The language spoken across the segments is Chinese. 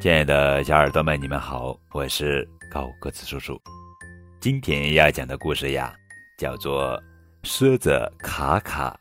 亲爱的小耳朵们，你们好，我是高个子叔叔。今天要讲的故事呀，叫做狮子卡卡。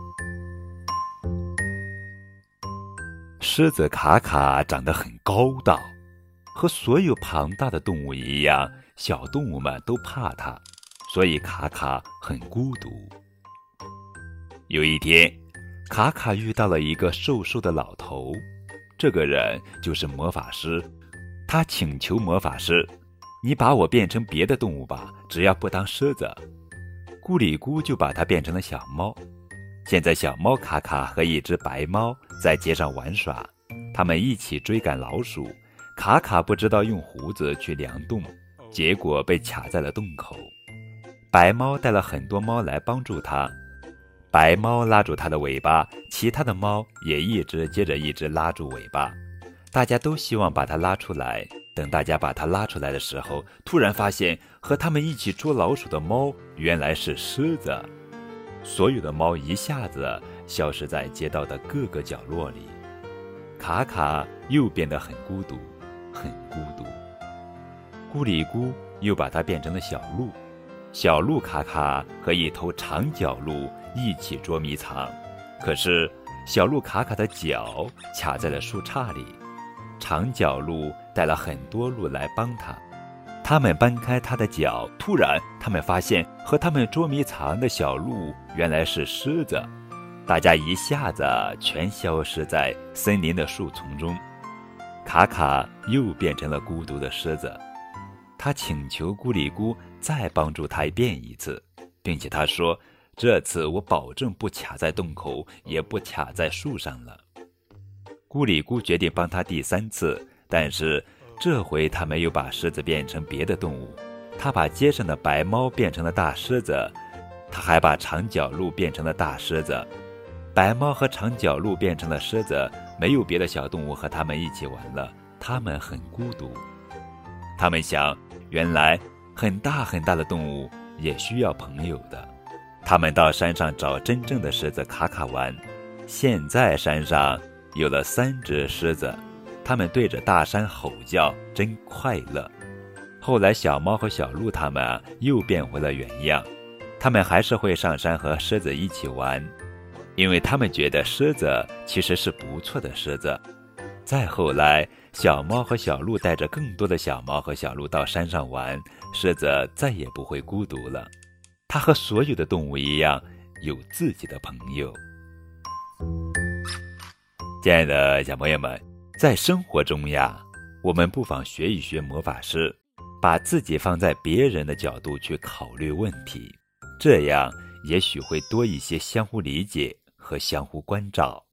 狮子卡卡长得很高大，和所有庞大的动物一样，小动物们都怕它，所以卡卡很孤独。有一天，卡卡遇到了一个瘦瘦的老头，这个人就是魔法师。他请求魔法师，你把我变成别的动物吧，只要不当狮子。咕里咕就把它变成了小猫。现在小猫卡卡和一只白猫在街上玩耍，他们一起追赶老鼠。卡卡不知道用胡子去量洞，结果被卡在了洞口。白猫带了很多猫来帮助他，白猫拉住它的尾巴，其他的猫也一只接着一只拉住尾巴。大家都希望把它拉出来。等大家把它拉出来的时候，突然发现和他们一起捉老鼠的猫原来是狮子。所有的猫一下子消失在街道的各个角落里。卡卡又变得很孤独，很孤独。咕里咕又把它变成了小鹿。小鹿卡卡和一头长脚鹿一起捉迷藏，可是小鹿卡卡的脚卡在了树杈里。长脚鹿带了很多鹿来帮他，他们搬开他的脚，突然他们发现和他们捉迷藏的小鹿原来是狮子。大家一下子全消失在森林的树丛中。卡卡又变成了孤独的狮子。他请求咕里咕再帮助他变一次，并且他说，这次我保证不卡在洞口，也不卡在树上了。咕里咕决定帮他第3次，但是这回他没有把狮子变成别的动物，他把街上的白猫变成了大狮子，他还把长脚鹿变成了大狮子。白猫和长脚鹿变成了狮子，没有别的小动物和他们一起玩了，他们很孤独。他们想，原来很大很大的动物也需要朋友的。他们到山上找真正的狮子卡卡玩。现在山上有了3只狮子，他们对着大山吼叫，真快乐。后来小猫和小鹿他们又变回了原样，他们还是会上山和狮子一起玩，因为他们觉得狮子其实是不错的狮子。再后来，小猫和小鹿带着更多的小猫和小鹿到山上玩，狮子再也不会孤独了。它和所有的动物一样，有自己的朋友。亲爱的小朋友们，在生活中呀，我们不妨学一学魔法师，把自己放在别人的角度去考虑问题，这样也许会多一些相互理解和相互关照。